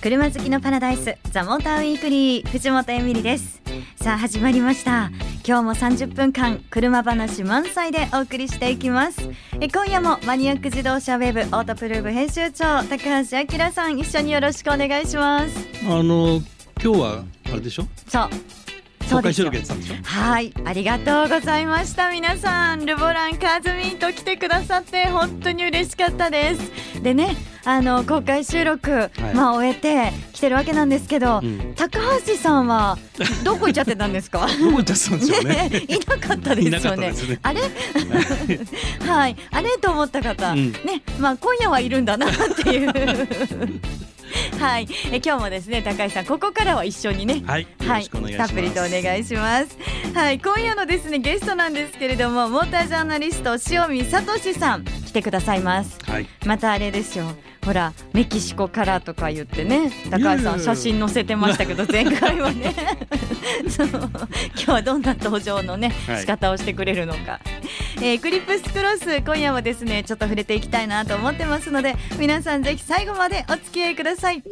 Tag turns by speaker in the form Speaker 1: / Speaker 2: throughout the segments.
Speaker 1: 車好きのパラダイスザ・モーターウィークリー、藤本エミリです。さあ始まりました。今日も30分間車話満載でお送りしていきます。今夜もマニアック自動車ウェブオートプルーブ編集長高橋明さん、一緒によろしくお願いします。
Speaker 2: 今日はあれでしょ。公開収録やってたんでしょ。
Speaker 1: はい、ありがとうございました。皆さんルボランカーズミート来てくださって本当に嬉しかったです。でね、公開収録、終えて来てるわけなんですけど、高橋さんはどこ行っちゃってたんですか？
Speaker 2: どこ行っちゃったんですよね。
Speaker 1: いなかったですよね。あれはい、あれと思った方、ね、今夜はいるんだなっていうはい、今日もですね高橋さんここからは一緒にね、
Speaker 2: よろしくお願いします。
Speaker 1: たっぷりとお願いします。はい、今夜のですねゲストなんですけれども、モータージャーナリスト塩見聡さん来てくださいます。またあれですよ、ほらメキシコからとか言ってね、高橋さん写真載せてましたけど前回はねそう今日はどんな登場のね仕方をしてくれるのか、エクリプスクロス今夜はですねちょっと触れていきたいなと思ってますので、皆さんぜひ最後までお付き合いください。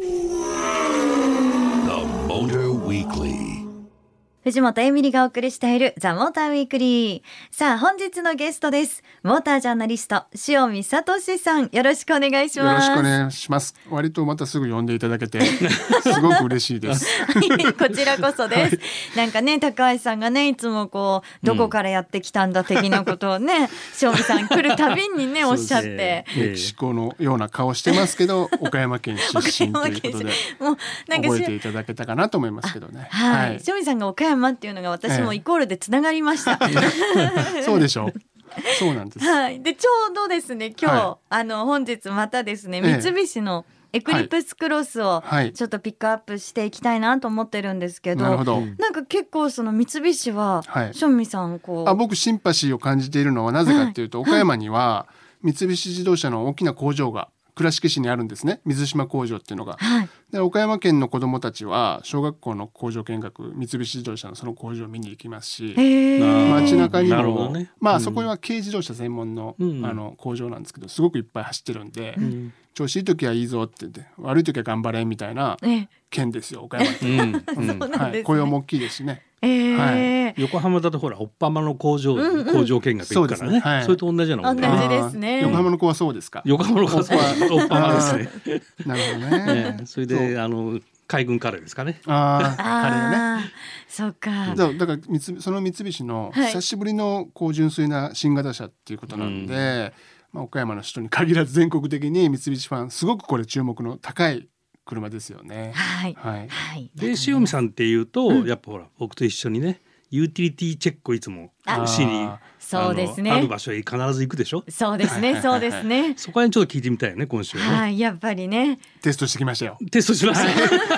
Speaker 1: 藤本エミリがお送りしているザ・モーターウィークリー。さあ本日のゲストです。モータージャーナリスト塩見聡さん、よろしくお願いします。
Speaker 3: よろしくお願いします。割とまたすぐ呼んでいただけてすごく嬉しいです
Speaker 1: こちらこそです、なんかね高橋さんがねいつもこうどこからやってきたんだ的なことをね、塩見さん来るたびにねおっしゃって、
Speaker 3: メキシコのような顔してますけど岡山県出身ということで
Speaker 1: もうなんか
Speaker 3: 覚えていただけたかなと思いますけどね。
Speaker 1: 塩見さんが岡山っていうのが私もイコールでつながりました、
Speaker 3: そうでしょう。そうなんです、
Speaker 1: でちょうどですね今日、本日またですね三菱のエクリプスクロスをちょっとピックアップしていきたいなと思ってるんですけど、なんか結構その三菱は塩見さん
Speaker 3: 僕シンパシーを感じているのはなぜかというと、岡山には三菱自動車の大きな工場が倉敷市にあるんですね。水島工場っていうのが、で岡山県の子どもたちは小学校の工場見学、三菱自動車のその工場を見に行きますし、街中にも、そこは軽自動車専門の、工場なんですけど、すごくいっぱい走ってるんで、調子いい時はいいぞって言って悪い時は頑張れみたいな県ですよ岡山って雇用も大きいですしね。
Speaker 2: 横浜だとほらおっぱまの工場見学行くからね、それと同じようなもんね。
Speaker 1: 同じですね。
Speaker 3: 横浜の子はそうですか。
Speaker 2: 横浜の子はおっぱまですね。
Speaker 3: なるほどね。
Speaker 2: それで海軍カレーですかね。
Speaker 3: カレーね。
Speaker 1: そうか。
Speaker 3: だからその三菱の久しぶりの純粋な新型車っていうことなんで、岡山の人に限らず全国的に三菱ファンすごくこれ注目の高い車ですよね。
Speaker 2: で塩見さんっていうと、やっぱほら僕と一緒にねユーティリティチェックをいつもしに
Speaker 1: そうですね、
Speaker 2: ある場所へ必ず行くでしょ。
Speaker 1: そうですね、そうですね。
Speaker 2: そこら辺ちょっと聞いてみたいよね今週はね。
Speaker 1: やっぱりね
Speaker 3: テストしてきましたよ。
Speaker 2: テストしました。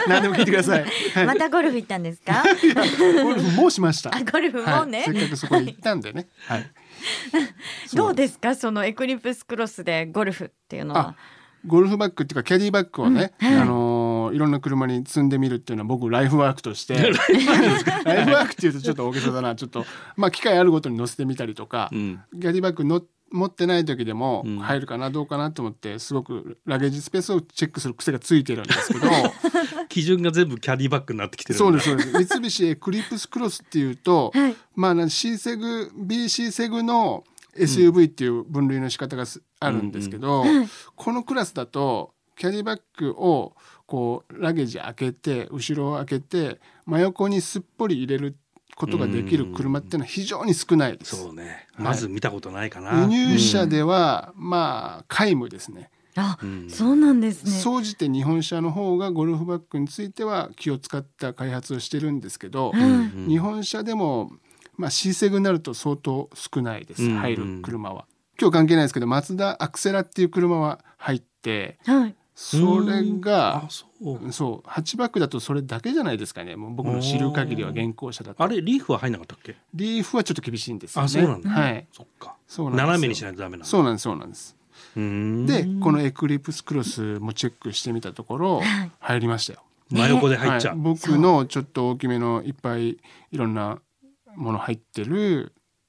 Speaker 3: 何でも聞いてください。
Speaker 1: またゴルフ行ったんですか？
Speaker 3: ゴルフもしました。
Speaker 1: ゴルフもね、
Speaker 3: せっかくそこに行ったんでね。
Speaker 1: どうですかそのエクリプスクロスでゴルフっていうのは。
Speaker 3: ゴルフバッグっていうかキャディバッグをね、いろんな車に積んでみるっていうのは僕ライフワークとしてライフワークっていうとちょっと大げさだな、ちょっと機会あるごとに乗せてみたりとか、キャディバッグ持ってない時でも入るかなどうかなと思って、すごくラゲージスペースをチェックする癖がついてるんですけど
Speaker 2: 基準が全部キャディバッグになってきてるんだ。
Speaker 3: そうです三菱エクリプスクロスっていうと、C セグ BC セグのSUV っていう分類の仕方があるんですけど、このクラスだとキャディバッグをラゲージ開けて後ろを開けて真横にすっぽり入れることができる車っていうのは非常に少ないです。
Speaker 2: そうね、まず見たことないかな。
Speaker 3: 輸入車では皆無ですね。
Speaker 1: そうなんですね。
Speaker 3: 総じて日本車の方がゴルフバッグについては気を使った開発をしてるんですけど、日本車でもC セグになると相当少ないです、入る車は。今日関係ないですけどマツダアクセラっていう車は入って、それがそうハッチバックだとそれだけじゃないですかね。もう僕の知る限りは現行車だと。
Speaker 2: あれリーフは入んなかったっけ？
Speaker 3: リーフはちょっと厳しいんですよね。
Speaker 2: そうなんだ。そっか。斜めにしないとダメなんだ。
Speaker 3: そうなんです。でこのエクリプスクロスもチェックしてみたところ、入りましたよ。
Speaker 2: 真横で入っちゃう。
Speaker 3: 僕のちょっと大きめのいっぱいいろんなもの入ってる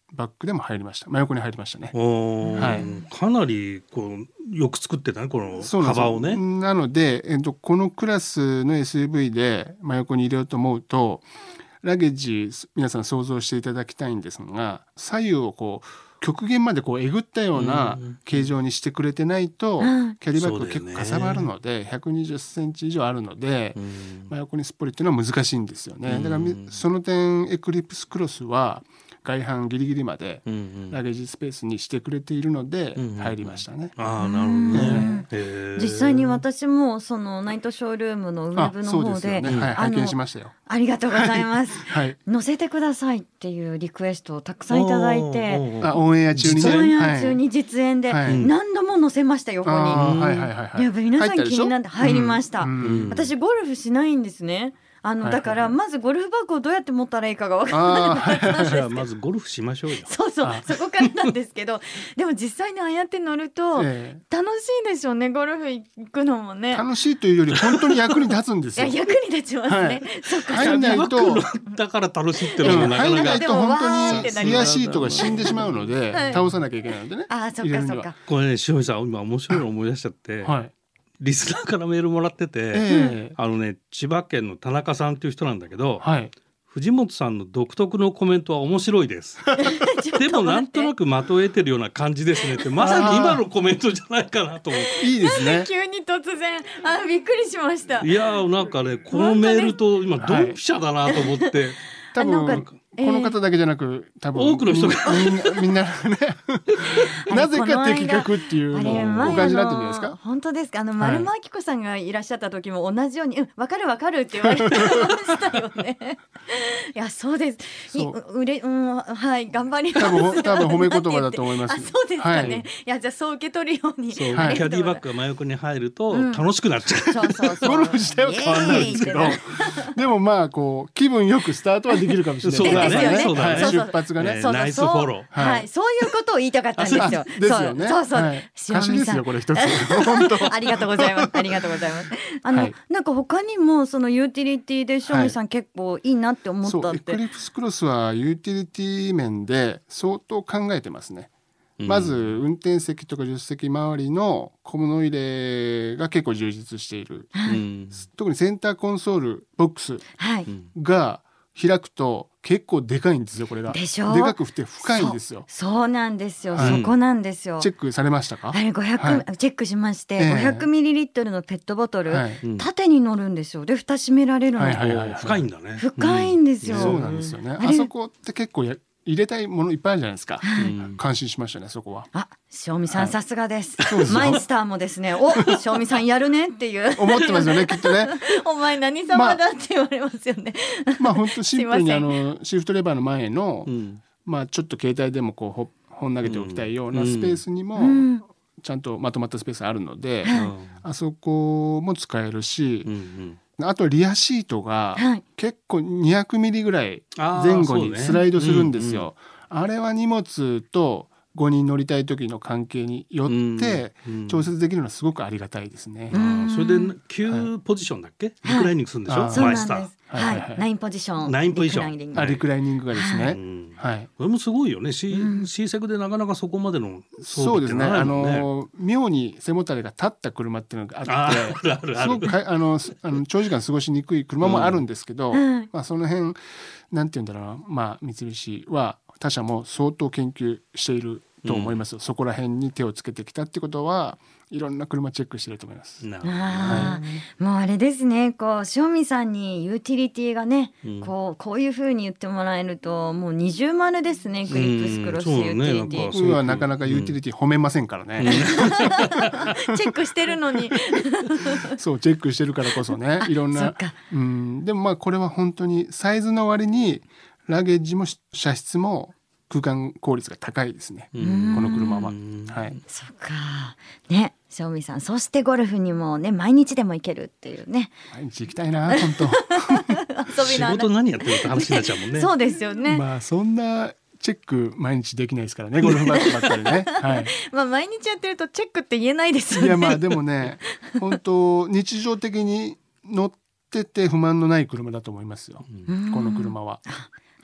Speaker 3: バックでも入りました。真横に入りましたね。
Speaker 2: はい、かなりこうよく作ってたね、この幅をね。
Speaker 3: なので、このクラスの SUV で真横に入れようと思うと、ラゲッジ皆さん想像していただきたいんですが、左右をこう極限までこうえぐったような形状にしてくれてないと、キャリーバッグが結構かさばるので、120センチ以上あるので、真横にすっぽりっていうのは難しいんですよね。だからその点エクリプスクロスは外板ギリギリまでラゲージスペースにしてくれているので入りましたね。
Speaker 2: あ、なるほどね。
Speaker 1: 実際に私もそのナイトショールームのウェブの方で、
Speaker 3: 拝見しましたよ。
Speaker 1: ありがとうございます、はい、載せてくださいっていうリクエストをたくさんいただいて、
Speaker 3: オンエア中に
Speaker 1: ね、オンエア中に実演で何度も載せました、横に。やっぱり皆さん気になって入りました。私ゴルフしないんですね。だからまずゴルフバッグをどうやって持ったらいいかが分からなかったんですけど、
Speaker 2: まずゴルフしましょうよ。
Speaker 1: そこからなんですけど、でも実際にああやって乗ると楽しいでしょうね。ゴルフ行くのもね、
Speaker 3: 楽しいというより本当に役に立つんですよ。
Speaker 1: いや、役に立ちますね。
Speaker 3: 入んないと
Speaker 2: だから楽しいってのもなかなか
Speaker 3: 入んないと本当にリアシートが死んでしまうので倒さなきゃいけないのでね。
Speaker 1: そっか。
Speaker 2: これね、塩見さん今面白いの思い出しちゃって、リスナーからメールもらってて、千葉県の田中さんっていう人なんだけど、藤本さんの独特のコメントは面白いですでもなんとなく的を得てるような感じですねって、まさに今のコメントじゃないかなと思って。
Speaker 3: いいですね。
Speaker 1: 急に突然びっくりしました。
Speaker 2: いやなんかね、このメールと今ドンピシャだなと思って、
Speaker 3: 多分この方だけじゃなく多分
Speaker 2: 多くの人が
Speaker 3: みんなねなぜか的確っていうのをお感じになってるんですか。
Speaker 1: 本当ですか。丸間明子さんがいらっしゃった時も同じように分かる分かるって言われてましたよねいやそうです。はい、頑張ります。
Speaker 3: 多分褒め言葉だと思います。
Speaker 1: そうですかね。いや、じゃあそう受け取るように。
Speaker 2: キャディバッグが真横に入ると楽しくなっちゃう。
Speaker 3: ゴルフ自体は変わらないんですけど、でもまあこう気分よくスタートはできるかもしれない。出発がね、
Speaker 2: ナイスフォロー。
Speaker 1: はい、そういうことを言いたかったんですよ。
Speaker 3: ですよね。歌詞ですよこれ一つ。本当。
Speaker 1: ありがとうございます。ありがとうございます。なんか他にもそのユーティリティで塩見さん結構いいなって思ったって。
Speaker 3: エクリプスクロスはユーティリティ面で相当考えてますね。まず運転席とか助手席周りの小物入れが結構充実している。特にセンターコンソールボックスが開くと結構でかいんですよ。これがでかくて深いんですよ。
Speaker 1: そうなんですよ、そこなんですよ。
Speaker 3: チェックされましたか。
Speaker 1: チェックしまして、500ml のペットボトル、縦に乗るんですよ。で蓋閉められるの。
Speaker 2: 深いんだね。
Speaker 1: 深いんですよ。
Speaker 3: そうなんですよね。あそこって結構入れたいものいっぱいあるじゃないですか。感心しましたね、そこは。
Speaker 1: 塩見さんさすがです。マイスターもですね、塩見さんやるねっていう
Speaker 3: 思ってますよね、きっとね。
Speaker 1: お前何様だって言われますよね。
Speaker 3: 本当シンプルにシフトレバーの前のちょっと携帯でもこう本投げておきたいようなスペースにもちゃんとまとまったスペースあるので、あそこも使えるし、あとリアシートが結構200ミリぐらい前後にスライドするんですよ。あれは荷物と5人乗りたい時の関係によって調節できるのはすごくありがたいですね。
Speaker 2: それで9ポジションだっけ、リクライニングするんでしょ。マイスター
Speaker 1: 9ポジション、
Speaker 3: リクライニングがですね。
Speaker 2: これもすごいよね。C セグでなかなかそこまでの
Speaker 3: そうですね。妙に背もたれが立った車っていうのがあってすごく長時間過ごしにくい車もあるんですけど、その辺なんていうんだろうな、三菱は他社も相当研究していると思います。そこら辺に手をつけてきたってことはいろんな車チェックしてると思います。
Speaker 1: もうあれですね、こう塩見さんにユーティリティがね、こういう風に言ってもらえるともう二重丸ですね。クリップスクロスユーティリティ。
Speaker 3: 僕はなかなかユーティリティ褒めませんからね。
Speaker 1: チェックしてるのに
Speaker 3: そうチェックしてるからこそね、いろんな。でもこれは本当にサイズの割にラゲッジも車室も空間効率が高いですね、この車は。
Speaker 1: そっかね、塩見さん、そしてゴルフにもね毎日でも行けるっていうね。
Speaker 3: 毎日行きたいな本
Speaker 2: 当。遊びの仕事何やってるって話になっちゃうもんね。
Speaker 1: そうですよね。
Speaker 3: そんなチェック毎日できないですからね、ゴルフバッグばっかりね。
Speaker 1: 毎日やってるとチェックって言えないですよね。
Speaker 3: いやでもね本当日常的に乗ってて不満のない車だと思いますよ、この車は。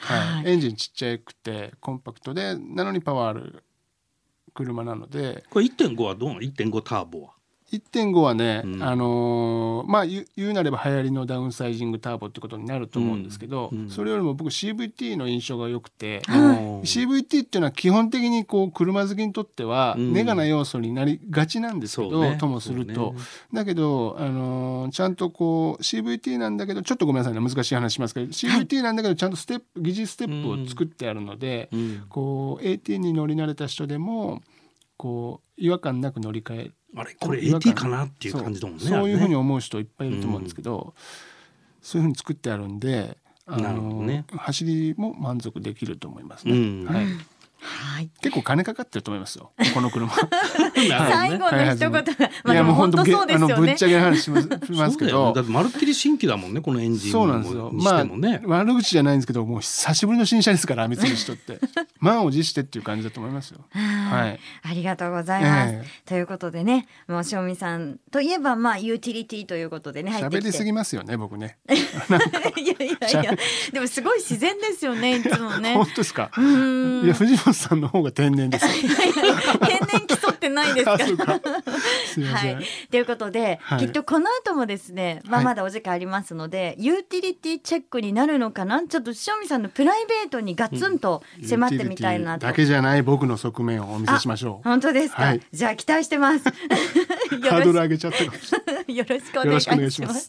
Speaker 3: はい、エンジンちっちゃくてコンパクトでなのにパワーある車なので。
Speaker 2: これ 1.5 はどうなの？ 1.5 ターボは。
Speaker 3: 1.5 はね、まあ言うなれば流行りのダウンサイジングターボってことになると思うんですけど、それよりも僕 CVT の印象が良くて、CVT っていうのは基本的にこう車好きにとってはネガな要素になりがちなんですけど、ともすると、だけどちゃんとこう CVT なんだけど、ちょっとごめんなさいね、難しい話しますけど、CVT なんだけどちゃんと疑似ステップを作ってあるので、こう AT に乗り慣れた人でもこう違和感なく乗り換える。
Speaker 2: あれこれ AT かなっていう感じだもんね。
Speaker 3: そういうふうに思う人いっぱいいると思うんですけど、そういうふうに作ってあるんで、走りも満足できると思いますね。はい。はい、結構金かかってると思いますよ、この車。
Speaker 1: 最後の一言が、いやもう本当そうですよね。
Speaker 3: ぶっちゃけ話しますけど、
Speaker 2: だってまるっきり新規だもんね、このエンジン。
Speaker 3: そうなんですよ。まあ悪口じゃないんですけど、もう久しぶりの新車ですから三菱とって満を持してっていう感じだと思いますよ。はい。
Speaker 1: ありがとうございます。ということでね、もう塩見さんといえばまあユーティリティということでね、
Speaker 3: 喋りすぎますよね僕ね。
Speaker 1: いやでもすごい自然ですよね、いつもね。
Speaker 3: 本当ですか。いや藤本さんの方が天然です。
Speaker 1: 天然競ってないですか。
Speaker 3: すいません。
Speaker 1: はい。ということで、きっとこの後もですね、まだお時間ありますので、ユーティリティチェックになるのかな。ちょっと塩見さんのプライベートにガツンと迫ってみたいなと。
Speaker 3: だけじゃない僕の側面をお見せしましょう。
Speaker 1: 本当ですか。じゃあ期待してます。ハ
Speaker 3: ードル上げちゃったかもしれない。
Speaker 1: よろしくお願いします。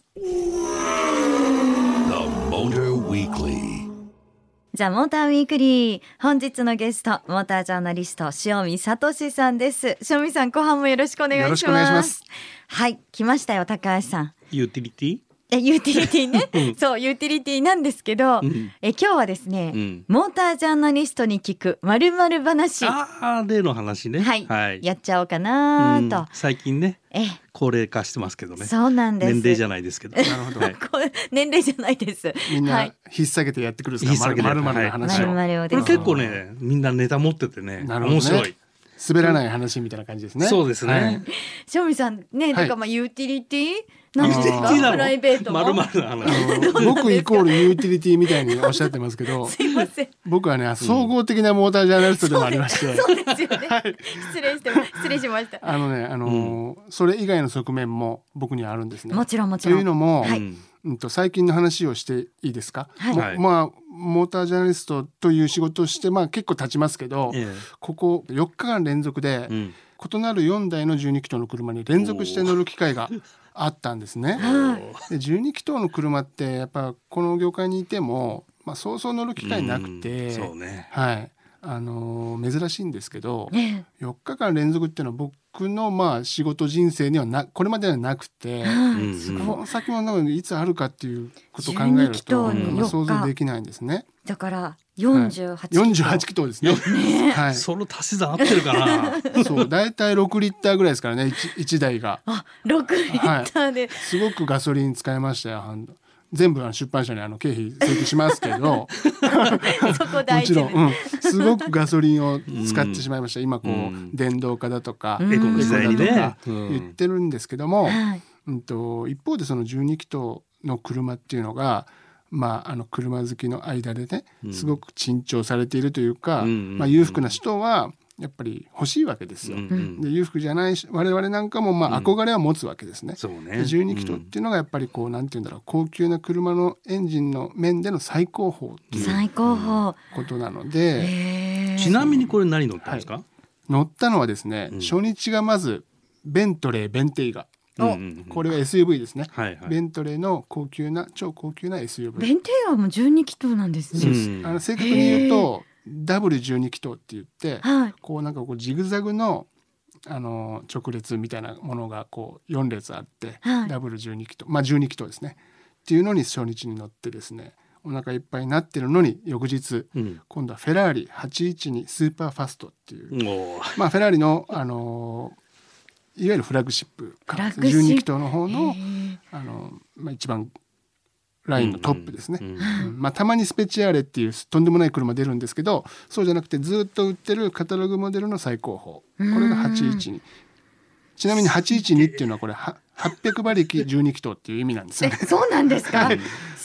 Speaker 1: ザ・モーターウィークリー、本日のゲストモータージャーナリスト塩見聡さんです。塩見さん、後半もよろしくお願いします。
Speaker 3: よろしくお願いします。
Speaker 1: はい、来ましたよ高橋さん。
Speaker 2: ユーティリティ？
Speaker 1: ユーティリティね。そうユーティリティなんですけど、今日はですね、モータージャーナリストに聞く〇〇話。
Speaker 2: 例の話ね。
Speaker 1: はい。やっちゃおうかなと。
Speaker 2: 最近ね。高齢化してますけどね。
Speaker 1: そうなんです。
Speaker 2: 年齢じゃないですけど。なるほど。
Speaker 1: 年齢じゃないです。
Speaker 3: みんな引っ提げてやってくるんですか。〇〇の話を。
Speaker 2: これ結構ね、みんなネタ持っててね、面白い。
Speaker 3: 滑らない話みたいな感じですね。
Speaker 2: そうですね。
Speaker 1: 塩見さんね、だからユーティリティなんですか、プライベートも。
Speaker 2: 〇〇の話。
Speaker 3: 僕イコールユーティリティみたいにおっしゃってますけど、
Speaker 1: すいません。
Speaker 3: 僕はね、総合的なモータージャーナリストでもありまして。
Speaker 1: そうですよね。失礼しました。
Speaker 3: それ以外の側面も僕にはあるんですね。
Speaker 1: もちろん。
Speaker 3: というのも、最近の話をしていいですか。まあモータージャーナリストという仕事をして結構経ちますけど、ここ4日間連続で異なる4台の12気筒の車に連続して乗る機会があったんですね。で12気筒の車ってやっぱこの業界にいても、そうそう乗る機会なくて、
Speaker 2: そうね。
Speaker 3: はい。珍しいんですけど、4日間連続っていうのは僕の仕事人生にはこれまではなくて、この先もいつあるかっていうことを考えると想像できないんですね。
Speaker 1: だから48
Speaker 3: 気筒ですね。
Speaker 2: はい。その足し算合ってるかな。
Speaker 3: そう、だいたい6リッターぐらいですからね、1台が。
Speaker 1: 6リッターで、
Speaker 3: すごくガソリン使いましたよ。全部出版社に経費請求しますけど
Speaker 1: そこ大事、
Speaker 3: もちろん、すごくガソリンを使ってしまいました。今こう電動化だとか
Speaker 2: エコの時代にね
Speaker 3: 言ってるんですけども、一方でその12気筒の車っていうのが車好きの間でね、すごく珍重されているというか、裕福な人はやっぱり欲しいわけですよ。で裕福じゃない我々なんかも憧れは持つわけですね。12気筒っていうのがやっぱりこうなんていうんだろう、高級な車のエンジンの面での最高峰っていうことなので、
Speaker 2: ちなみにこれ何乗ったんですか？
Speaker 3: 乗ったのはですね、初日がまずベントレーベンテイガ。これは SUV ですね。ベントレーの超高級な SUV。
Speaker 1: ベンテイガも12気筒なんですね。
Speaker 3: 正確に言うとW12 気筒って言って、こうなんかこうジグザグの直列みたいなものがこう4列あって、W12 気筒12気筒ですねっていうのに初日に乗ってですね、お腹いっぱいになってるのに翌日、今度はフェラーリ812スーパーファストっていう、フェラーリのいわゆるフラッグシップ12気筒の方の一番ラインのトップですね。たまにスペチアーレっていうとんでもない車出るんですけど、そうじゃなくてずっと売ってるカタログモデルの最高峰、これが812。ちなみに812っていうのはこれ800馬力12気筒っていう意味なんですよね。
Speaker 1: そうなんですか。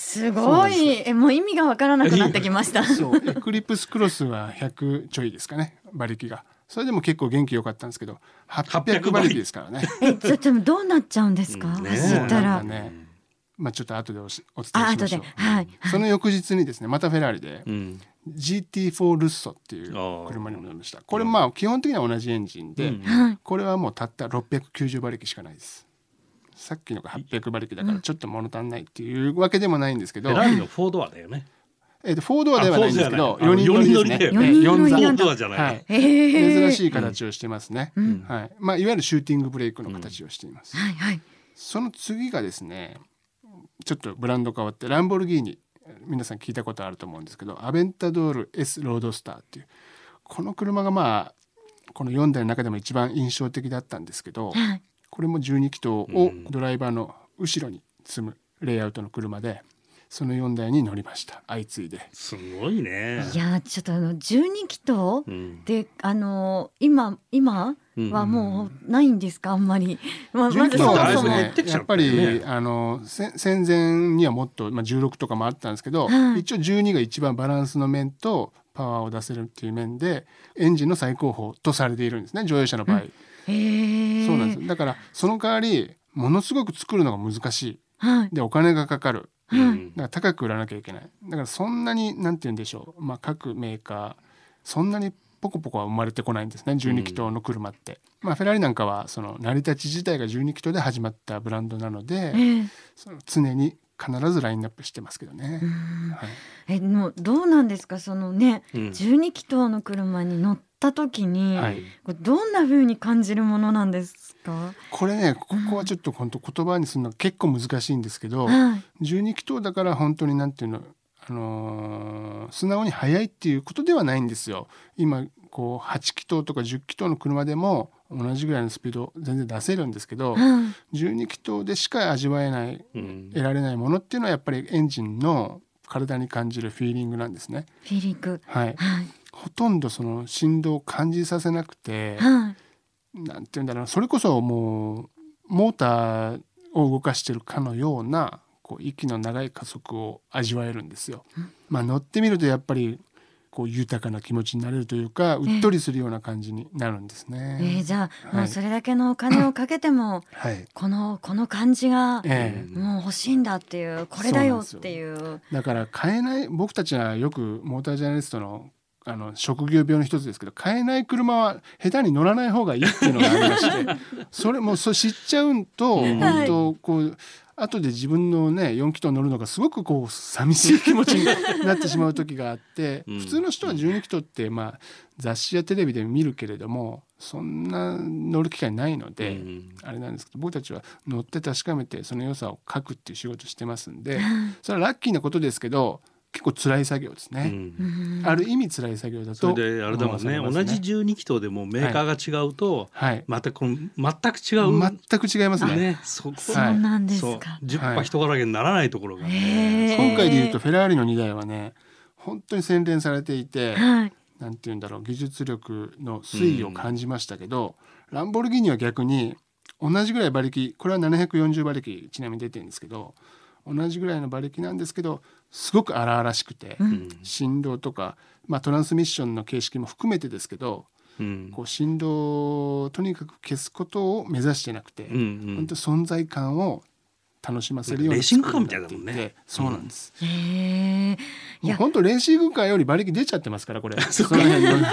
Speaker 1: すごい。もう意味がわからなくなってきました
Speaker 3: そうエクリプスクロスは100ちょいですかね、馬力が。それでも結構元気良かったんですけど、800馬力ですからね。
Speaker 1: ちょっとどうなっちゃうんですか、走ったら。
Speaker 3: ちょっと後でお伝えしましょう。その翌日にですね、またフェラーリで、GT4 ルッソっていう車にも乗りました。これ基本的には同じエンジンで、これはもうたった690馬力しかないです。さっきのが800馬力だからちょっと物足んないっていうわけでもないんですけど、
Speaker 2: フェラーリの4ドアだよね。
Speaker 3: 4ドアではないんですけど、4人乗りですね。
Speaker 2: 4ドアじゃない。
Speaker 3: 珍しい形をしてますね。いわゆるシューティングブレークの形をしています。その次がですね、ちょっとブランド変わってランボルギーニ、皆さん聞いたことあると思うんですけど、アベンタドール S ロードスターっていうこの車がこの4台の中でも一番印象的だったんですけど、これも12気筒をドライバーの後ろに積むレイアウトの車で、その4台に乗りました、相次いで。
Speaker 2: すごいね。
Speaker 1: いやちょっと12気筒で、今はもうないんですか、あんまり。
Speaker 3: まずそもそもやっぱり戦前にはもっと、16とかもあったんですけど、一応12が一番バランスの面とパワーを出せるっていう面でエンジンの最高峰とされているんですね、乗用車の場合。そうなんです。だからその代わりものすごく作るのが難しい、でお金がかかる、だから高く売らなきゃいけない。だからそんなになんて言うんでしょう、各メーカーそんなにポコポコは生まれてこないんですね、12気筒の車って。フェラーリなんかはその成り立ち自体が12気筒で始まったブランドなので、その常に必ずラインナップしてますけどね。
Speaker 1: もうどうなんですか、そのね、12気筒の車に乗った時に、どんな風に感じるものなんですか？
Speaker 3: これね、ここはちょっと本当言葉にするのは結構難しいんですけど、12気筒だから本当になんていうの、素直に速いっていうことではないんですよ。今こう8気筒とか10気筒の車でも同じぐらいのスピード全然出せるんですけど、12気筒でしか味わえない、得られないものっていうのはやっぱりエンジンの体に感じるフィーリングなんですね。
Speaker 1: フィーリング、
Speaker 3: ほとんどその振動を感じさせなくて、なんていうんだろう、それこそもうモーターを動かしてるかのような息の長い加速を味わえるんですよ。乗ってみるとやっぱり豊かな気持ちになれるというか、うっとりするような感じになるんですね。
Speaker 1: じゃあ、もうそれだけのお金をかけても、この感じが、もう欲しいんだっていう、これだよっていう。
Speaker 3: だから買えない、僕たちはよくモータージャーナリストの職業病の一つですけど、買えない車は下手に乗らない方がいいっていうのがありましてそれも知っちゃうと、本当後で自分のね4気筒乗るのがすごく寂しい気持ちになってしまう時があって普通の人は12気筒って雑誌やテレビで見るけれどもそんな乗る機会ないので、あれなんですけど、僕たちは乗って確かめてその良さを書くっていう仕事してますんで、それはラッキーなことですけど結構辛い作業ですね。ある意味辛い作業だと。
Speaker 2: それであれだもんね、同じ12気筒でもメーカーが違うと、また全く違う。
Speaker 3: 全く違いますね。
Speaker 1: そうなんですか。
Speaker 2: 10羽人柄にならないところが、
Speaker 3: 今回でいうとフェラーリの2台はね本当に洗練されていて、なんていうんだろう、技術力の推移を感じましたけど、ランボルギーニは逆に同じぐらい馬力、これは740馬力ちなみに出てるんですけど、同じぐらいの馬力なんですけどすごく荒々しくて、振動とか、トランスミッションの形式も含めてですけど、振動をとにかく消すことを目指してなくて、本当に存在感を楽しませるような
Speaker 2: レーシングカーみたいだもんね。
Speaker 3: そうなんです。本当レーシングカーより馬力出ちゃってますからこれ。その辺の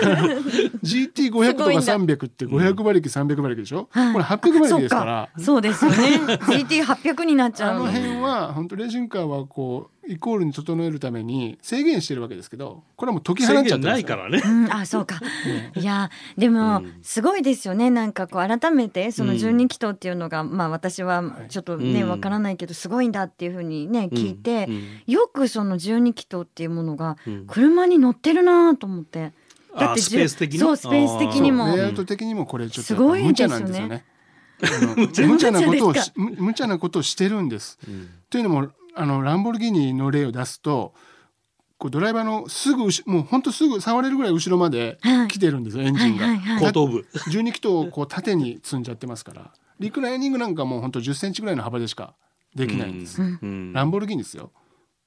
Speaker 3: GT500 とか300って500馬力300馬力でしょ。これ800馬力ですから。
Speaker 1: そうですよね。GT800 になっちゃう。
Speaker 3: あの辺は本当レーシングカーはイコールに整えるために制限してるわけですけど、これはもう解き放っちゃってますから
Speaker 2: ね。
Speaker 1: そうか。いやでもすごいですよね。なんか改めてその12気筒っていうのが、私はちょっとねわからないけどすごいんだっていうふうにね聞いて、よくその12気筒っていうものが車に乗ってるなと思って。
Speaker 2: だってスペース的に
Speaker 1: そうスペース的にも
Speaker 3: レイアウト的にもこれちょっと無茶なんですよね。無茶なことをしてるんです。というのもランボルギーニの例を出すと、ドライバーのすぐもう本当すぐ触れるぐらい後ろまで来てるんですよ、エンジンが。
Speaker 2: 後頭部
Speaker 3: 12気筒を縦に積んじゃってますから、リクライニングなんかもう本当10センチぐらいの幅でしかできないんです。ランボルギーニですよ。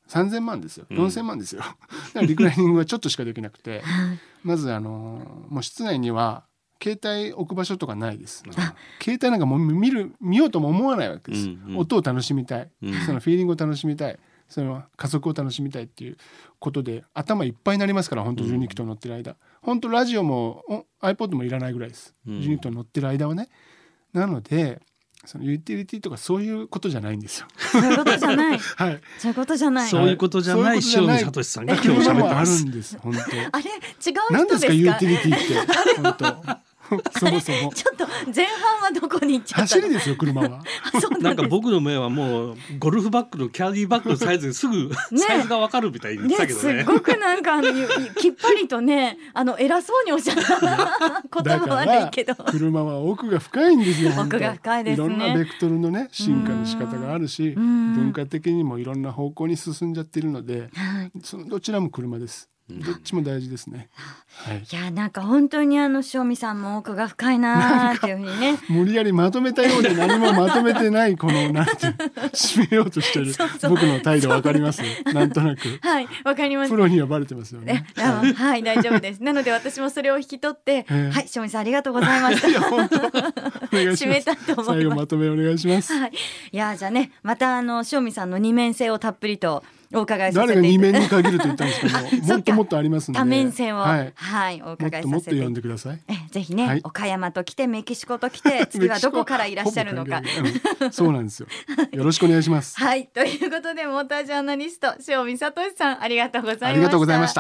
Speaker 3: 3000万ですよ、4000万ですよ。だからリクライニングはちょっとしかできなくて、まずもう室内には携帯置く場所とかないです。携帯なんかもう見ようとも思わないわけです、音を楽しみたい、そのフィーリングを楽しみたい、その加速を楽しみたいっていうことで頭いっぱいになりますから、本当12気筒乗ってる間、本当ラジオも iPod もいらないぐらいです、12気筒乗ってる間はね。なのでそのユーティリティとかそういうことじゃないんですよ。
Speaker 1: そういうことじゃない。
Speaker 3: はい。
Speaker 1: そういうことじゃない。
Speaker 2: そういうことじゃない塩見聡さんが今日喋ってます。
Speaker 3: あるんです。本当。
Speaker 1: あれ違う人ですか。
Speaker 3: 何ですかユーティリティって本当。そもそも
Speaker 1: ちょっと前半はどこに行っちゃったの。
Speaker 3: 走りですよ車は。
Speaker 2: なんか僕の目はもうゴルフバッグのキャディバッグのサイズですぐサイズがわかるみたいに言ってたけどね。
Speaker 1: すごくなんかきっぱりとね偉そうにおっしゃった言葉悪いけど。
Speaker 3: 車は奥が深いんですよ。
Speaker 1: 奥が深いですね。
Speaker 3: いろんなベクトルのね進化の仕方があるし、文化的にもいろんな方向に進んじゃっているので、そのどちらも車です。どっちも大事ですね。
Speaker 1: はい、いやなんか本当に塩見さんも奥が深いなっていうふうにね。
Speaker 3: 無理やりまとめたようで何もまとめてないこのなんて締めようとしてる僕の態度わかります？なんとなく。
Speaker 1: はいわかります。
Speaker 3: プロにはバレてますよね。
Speaker 1: はい大丈夫です。なので私もそれを引き取って、はい塩見さんありがとうございました。
Speaker 3: いや本当
Speaker 1: 締めたいと思います。
Speaker 3: 最後まとめお願いします。
Speaker 1: はい。いやじゃあねまた塩見さんの二面性をたっぷりとお伺いさせて
Speaker 3: 誰が2面に限ると言ったんですけどもっともっとありますので
Speaker 1: 多面性を、はいお
Speaker 3: 伺いさせてもっと読んでください。
Speaker 1: ぜひね、岡山と来てメキシコと来て次はどこからいらっしゃるのか
Speaker 3: そうなんですよ。よろしくお願いします。
Speaker 1: はいということでモータージャーナリスト塩見聡さんありがとうございました。
Speaker 3: ありがとうございました。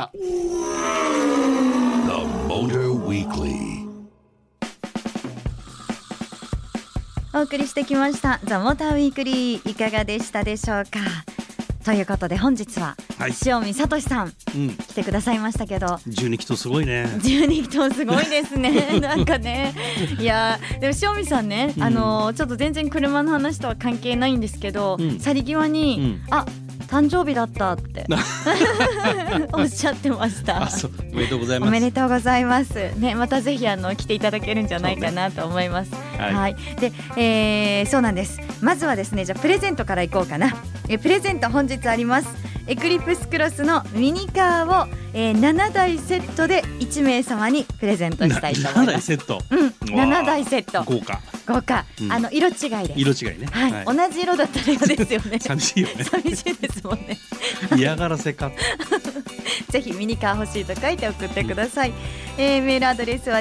Speaker 1: お送りしてきましたザ・モーターウィークリーいかがでしたでしょうか。ということで本日は塩見聡さん、来てくださいましたけど、
Speaker 2: 12気筒すごいね。
Speaker 1: 12気筒すごいですね。なんかねいやでも塩見さんね、ちょっと全然車の話とは関係ないんですけど、去り際に、誕生日だったっておっしゃってました。
Speaker 2: おめでとうございます。
Speaker 1: おめでとうございますね。またぜひ来ていただけるんじゃないかなと思います。はい、で、そうなんです。まずはですねじゃあプレゼントからいこうかな。プレゼント本日あります。エクリプスクロスのミニカーを、7台セットで1名様にプレゼントしたいと思います。
Speaker 2: 7台セット、
Speaker 1: 7台セット
Speaker 2: 豪華、
Speaker 1: 色違いで
Speaker 2: 色違いね、
Speaker 1: はい同じ色だったら嫌ですよね。
Speaker 2: 寂しいよね。
Speaker 1: 寂しいですもんね。
Speaker 2: 嫌がらせか。
Speaker 1: ぜひミニカー欲しいと書いて送ってください。メールアドレスは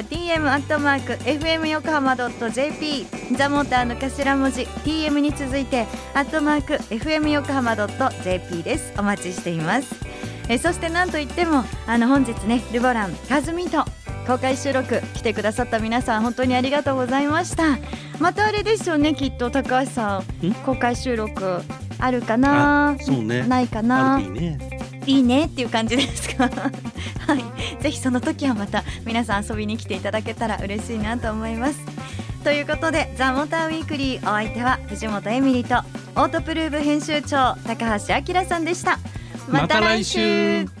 Speaker 1: tm@fmyokohama.jp ザモーターの頭文字 tm に続いて@fmyokohama.jp です。お待ちしています。そしてなんといっても本日ねルボランカズミと公開収録来てくださった皆さん本当にありがとうございました。またあれですよねきっと高橋さん公開収録あるかな、
Speaker 2: そうね、
Speaker 1: ないかな。
Speaker 2: あるといいね。
Speaker 1: いいねっていう感じですか。はい、ぜひその時はまた皆さん遊びに来ていただけたら嬉しいなと思います。ということでザ・モーターウィークリーお相手は藤本エミリとオートプルーブ編集長高橋明さんでした。また来週。